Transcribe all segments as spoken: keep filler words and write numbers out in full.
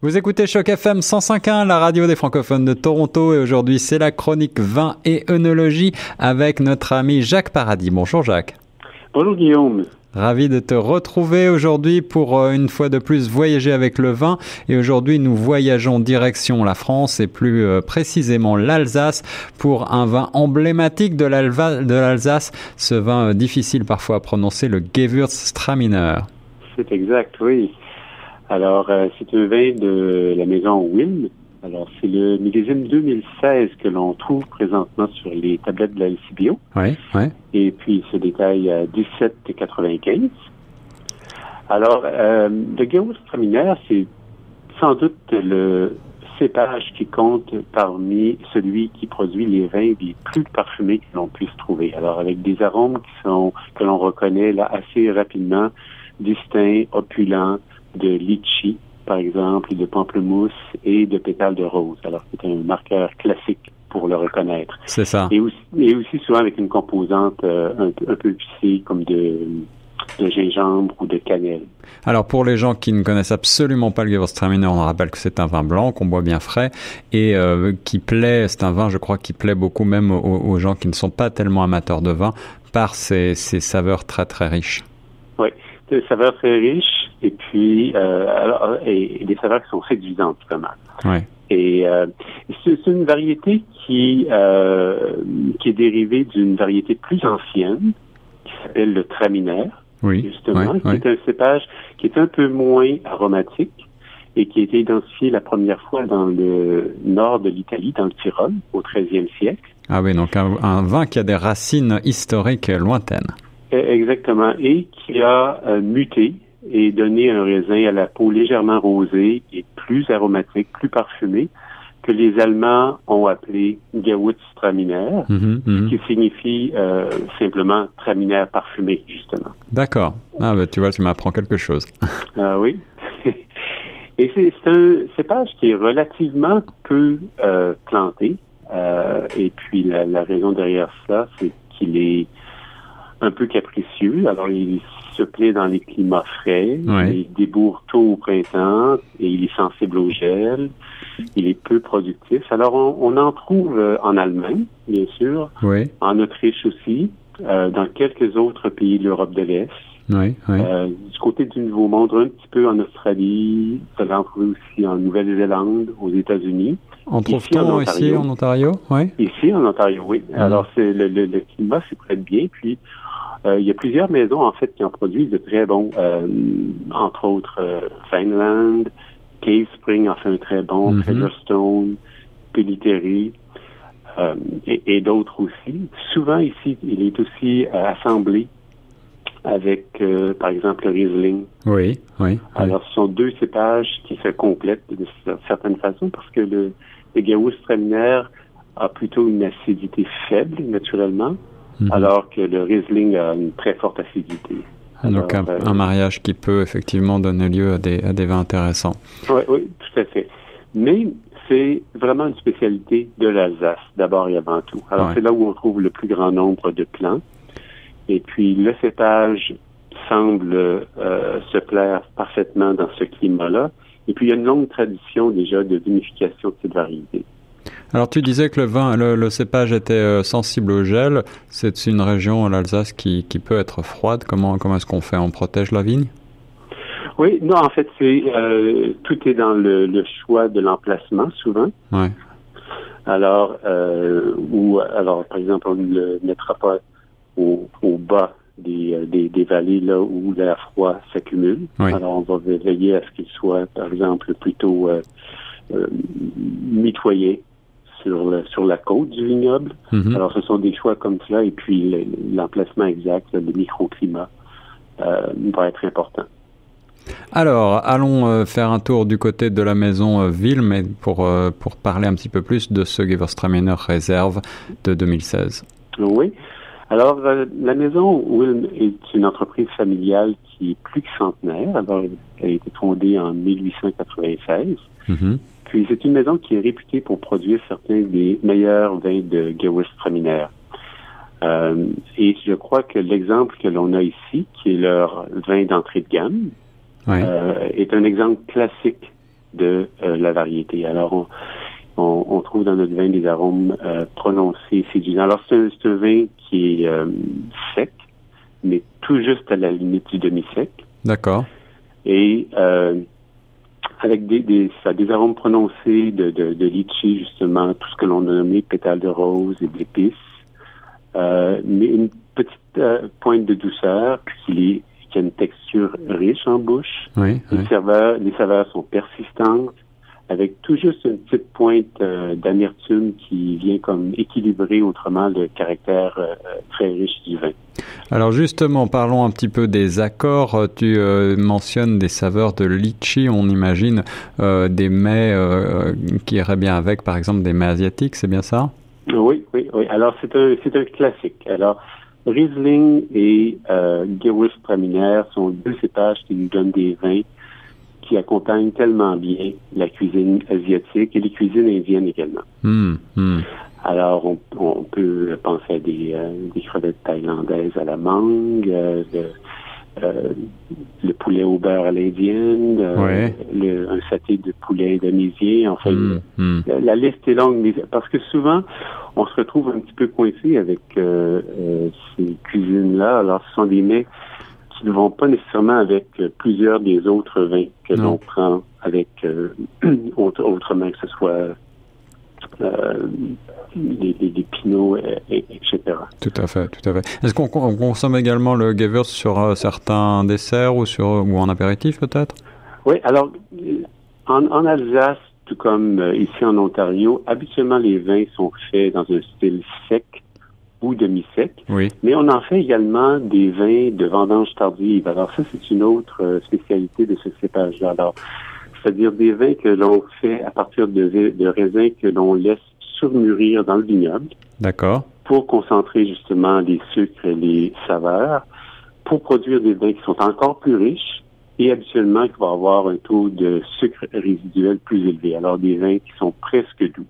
Vous écoutez Choc F M cent cinq point un, la radio des francophones de Toronto, et aujourd'hui c'est la chronique vin et œnologie avec notre ami Jacques Paradis. Bonjour Jacques. Bonjour Guillaume. Ravi de te retrouver aujourd'hui pour euh, une fois de plus voyager avec le vin. Et aujourd'hui nous voyageons direction la France et plus euh, précisément l'Alsace pour un vin emblématique de, l'Alva- de l'Alsace. Ce vin euh, difficile parfois à prononcer, le Gewürztraminer. C'est exact, oui. Alors, euh, c'est un vin de la maison Wilm. Alors, c'est le millésime deux mille seize que l'on trouve présentement sur les tablettes de la L C B O. Oui, oui. Et puis, il se détaille à dix-sept quatre-vingt-quinze. Alors, euh, le Gewürztraminer, c'est sans doute le cépage qui compte parmi celui qui produit les vins les plus parfumés que l'on puisse trouver. Alors, avec des arômes qui sont que l'on reconnaît là assez rapidement, distincts, opulents, de litchi, par exemple, de pamplemousse et de pétales de rose. Alors, c'est un marqueur classique pour le reconnaître. C'est ça. Et aussi, et aussi souvent avec une composante euh, un, un peu épicée, comme de, de gingembre ou de cannelle. Alors, pour les gens qui ne connaissent absolument pas le Gewürztraminer, on rappelle que c'est un vin blanc qu'on boit bien frais et euh, qui plaît, c'est un vin, je crois, qui plaît beaucoup même aux, aux gens qui ne sont pas tellement amateurs de vin par ses, ses saveurs très, très riches. Oui, des saveurs très riches et puis euh, alors, et, et des saveurs qui sont séduisantes, vraiment. Oui. Et euh, c'est, c'est une variété qui euh, qui est dérivée d'une variété plus ancienne qui s'appelle le Traminer, oui, justement, oui, qui oui. est un cépage qui est un peu moins aromatique et qui a été identifié la première fois dans le nord de l'Italie, dans le Tyrol, au treizième siècle. Ah oui, donc un, un vin qui a des racines historiques lointaines. Exactement, et qui a euh, muté et donné un raisin à la peau légèrement rosée et plus aromatique, plus parfumé, que les Allemands ont appelé Gewürztraminer, Mm-hmm, mm-hmm. qui signifie euh, simplement Traminer parfumé, justement. D'accord. Ah ben tu vois, tu m'apprends quelque chose. Ah oui. Et c'est, c'est un cépage qui est relativement peu euh, planté, euh, et puis la, la raison derrière cela, c'est qu'il est un peu capricieux. Alors, il se plaît dans les climats frais. Oui. Il débourre tôt au printemps et il est sensible au gel. Il est peu productif. Alors, on, on en trouve euh, en Allemagne, bien sûr. Oui. En Autriche aussi. Euh, dans quelques autres pays de l'Europe de l'Est. Oui, oui. Euh, du côté du Nouveau-Monde, un petit peu en Australie. Ça l'en trouve aussi en Nouvelle-Zélande, aux États-Unis. En trouve-t-on ici en Ontario? Oui. Ici en Ontario, oui. Mmh. Alors, c'est le, le, le climat s'y prête bien. Puis, Euh, il y a plusieurs maisons, en fait, qui en produisent de très bons, euh, entre autres euh, Vineland, Cave Spring en fait un très bon, Mm-hmm. Featherstone, Pelliterie, euh, et, et d'autres aussi. Souvent, ici, il est aussi euh, assemblé avec, euh, par exemple, le Riesling. Oui, oui. Alors, ce sont deux cépages qui se complètent de certaines façons parce que le, le Gewürztraminer a plutôt une acidité faible, naturellement. Mm-hmm. Alors que le Riesling a une très forte acidité. Alors, Donc un, euh, un mariage qui peut effectivement donner lieu à des, à des vins intéressants. Oui, oui, tout à fait. Mais c'est vraiment une spécialité de l'Alsace, d'abord et avant tout. Alors ouais. C'est là où on trouve le plus grand nombre de plants. Et puis le cépage semble euh, se plaire parfaitement dans ce climat-là. Et puis il y a une longue tradition déjà de vinification de cette variété. Alors tu disais que le vin, le, le cépage était euh, sensible au gel. C'est une région, l'Alsace, qui, qui peut être froide. Comment, comment est-ce qu'on fait? On protège la vigne? Oui, non, en fait, c'est euh, tout est dans le, le choix de l'emplacement, souvent. Ouais. Alors, euh, ou alors, par exemple, on ne le mettra pas au, au bas des, des, des vallées là où l'air froid s'accumule. Oui. Alors, on va veiller à ce qu'il soit, par exemple, plutôt euh, euh, mitoyen sur, le, sur la côte du vignoble. Mm-hmm. Alors, ce sont des choix comme cela, et puis le, l'emplacement exact, le microclimat euh, va être important. Alors, allons euh, faire un tour du côté de la maison euh, Wilm pour, euh, pour parler un petit peu plus de ce Gewürztraminer Réserve de deux mille seize. Oui. Alors, euh, la maison Wilm est une entreprise familiale qui est plus que centenaire. Alors, elle a été fondée en dix-huit cent quatre-vingt-seize. Mm-hmm. Puis, c'est une maison qui est réputée pour produire certains des meilleurs vins de Gewürztraminer. Euh, et je crois que l'exemple que l'on a ici, qui est leur vin d'entrée de gamme, oui. euh, est un exemple classique de euh, la variété. Alors, on, on, on trouve dans notre vin des arômes euh, prononcés, séduisants. Alors, c'est un, c'est un vin qui est euh, sec, mais tout juste à la limite du demi-sec. D'accord. Et euh, avec des, des, ça, des arômes prononcés de, de, de litchi, justement, tout ce que l'on a nommé pétales de rose et d'épices. Euh, mais une petite euh, pointe de douceur, qui, est, qui a une texture riche en bouche. Oui, les, oui. saveurs, les saveurs sont persistantes, avec tout juste une petite pointe euh, d'amertume qui vient comme équilibrer autrement le caractère euh, très riche du vin. Alors justement, parlons un petit peu des accords. Tu euh, mentionnes des saveurs de litchi, on imagine euh, des mets euh, qui iraient bien avec, par exemple des mets asiatiques, c'est bien ça? Oui, oui, oui. Alors, c'est un, c'est un classique. Alors, Riesling et euh, Gewürztraminer sont deux cépages qui nous donnent des vins qui accompagnent tellement bien la cuisine asiatique et les cuisines indiennes également. Mmh, mmh. Alors, on, on peut penser à des, euh, des crevettes thaïlandaises à la mangue, euh, le, euh, le poulet au beurre à l'indienne, euh, Ouais. le, un saté de poulet indonésien. Enfin, Mmh, mmh. La, la liste est longue, mais parce que souvent, on se retrouve un petit peu coincé avec euh, euh, ces cuisines-là. Alors, ce sont des mets qui ne vont pas nécessairement avec euh, plusieurs des autres vins que Non. l'on prend avec euh, autre, autrement, que ce soit euh, les, les, les pinots, et, et cetera. Tout à fait, tout à fait. Est-ce qu'on on consomme également le Gewürz sur euh, certains desserts ou sur ou en apéritif peut-être? Oui, alors, en, en Alsace, tout comme euh, ici en Ontario, habituellement les vins sont faits dans un style sec ou demi-sec. Oui. Mais on en fait également des vins de vendange tardive. Alors ça, c'est une autre euh, spécialité de ce cépage-là. Alors, c'est-à-dire des vins que l'on fait à partir de, de raisins que l'on laisse surmûrir dans le vignoble. D'accord. Pour concentrer justement les sucres et les saveurs, pour produire des vins qui sont encore plus riches et habituellement qui vont avoir un taux de sucre résiduel plus élevé. Alors des vins qui sont presque doux.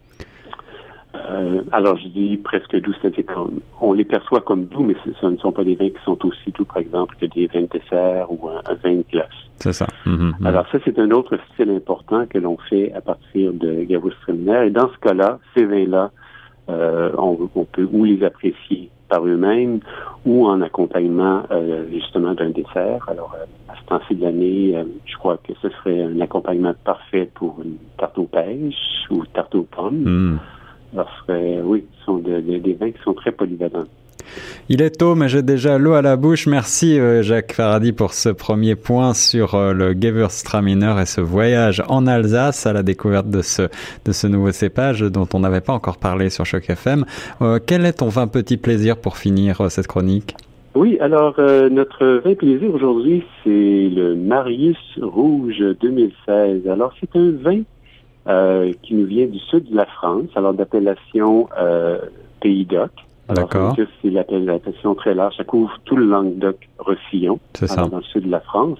Euh, alors je dis presque doux, c'est-à-dire qu'on les perçoit comme doux, mais ce, ce ne sont pas des vins qui sont aussi doux, par exemple, que des vins de dessert ou un, un vin de glace. C'est ça. Mmh, mmh. Alors ça, c'est un autre style important que l'on fait à partir de Gewürztraminer. Et dans ce cas-là, ces vins-là, euh, on, on peut ou les apprécier par eux-mêmes ou en accompagnement euh, justement d'un dessert. Alors euh, à ce temps-ci de l'année, euh, je crois que ce serait un accompagnement parfait pour une tarte aux pêches ou tarte aux pommes. Mmh. Alors, ce serait, oui, ce sont de, de, des vins qui sont très polyvalents. Il est tôt, mais j'ai déjà l'eau à la bouche. Merci euh, Jacques Farady pour ce premier point sur euh, le Gewürztraminer et ce voyage en Alsace à la découverte de ce, de ce nouveau cépage dont on n'avait pas encore parlé sur Choc F M. Euh, quel est ton vin petit plaisir pour finir euh, cette chronique? Oui, alors euh, notre vin plaisir aujourd'hui, c'est le Marius Rouge deux mille seize. Alors, c'est un vin Euh, qui nous vient du sud de la France, alors d'appellation euh, Pays d'Oc. Alors, D'accord. ça, c'est l'appellation très large, ça couvre tout le Languedoc-Roussillon, C'est ça. dans le sud de la France.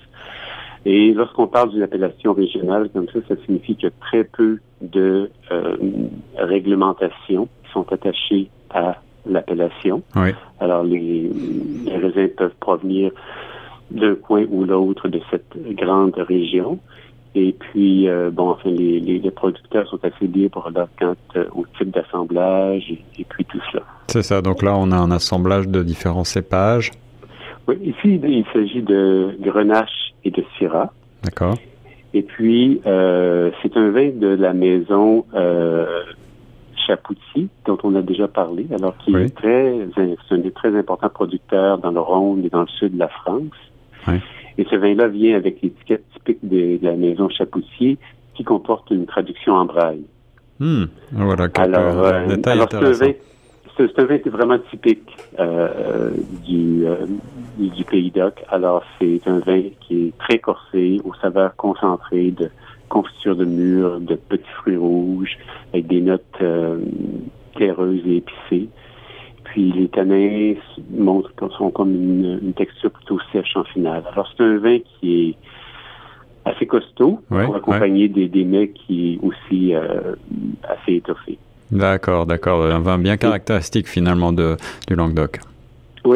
Et lorsqu'on parle d'une appellation régionale comme ça, ça signifie qu'il y a très peu de euh, réglementations qui sont attachées à l'appellation. Oui. Alors, les, les raisins peuvent provenir d'un coin ou l'autre de cette grande région. Et puis, euh, bon, enfin, les, les, les producteurs sont assez libres là, quant euh, au type d'assemblage et, et puis tout cela. C'est ça. Donc là, on a un assemblage de différents cépages. Oui, ici, il s'agit de Grenache et de Syrah. D'accord. Et puis, euh, c'est un vin de la maison euh, Chapoutier, dont on a déjà parlé, alors qui Oui. est très, c'est un des très importants producteurs dans le Rhône et dans le sud de la France. Oui. Et ce vin-là vient avec l'étiquette typique de, de la maison Chapoutier qui comporte une traduction en braille. Mmh. Voilà quelques alors, euh, détails alors c'est un intéressants. vin, c'est, c'est un vin vraiment typique euh, du, euh, du Pays d'Oc. Alors, c'est un vin qui est très corsé, aux saveurs concentrées de confiture de mûre, de petits fruits rouges, avec des notes euh, terreuses et épicées. Puis les tanins montrent qu'ils sont comme une, une texture plutôt sèche en finale. Alors c'est un vin qui est assez costaud Ouais, pour accompagner ouais. des, des mets qui est aussi euh, assez étoffé. D'accord, d'accord. Un vin bien caractéristique finalement de, du Languedoc. Oui.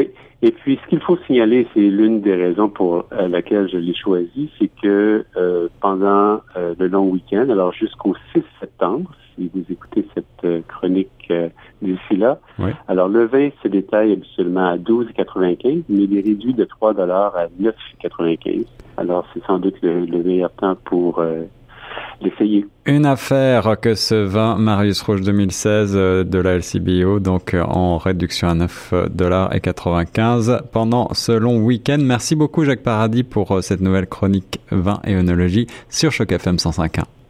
Et puis, ce qu'il faut signaler, c'est l'une des raisons pour euh, laquelle je l'ai choisi, c'est que euh, pendant euh, le long week-end, alors jusqu'au six septembre, si vous écoutez cette euh, chronique euh, d'ici là, oui. Alors le vin se détaille habituellement à douze quatre-vingt-quinze, mais il est réduit de trois dollars à neuf quatre-vingt-quinze. Alors c'est sans doute le, le meilleur temps pour euh, l'essayer. Une affaire que ce vin Marius Rouge deux mille seize de la L C B O, donc en réduction à neuf dollars quatre-vingt-quinze pendant ce long week-end. Merci beaucoup Jacques Paradis pour cette nouvelle chronique vin et œnologie sur Choc F M cent cinq point un.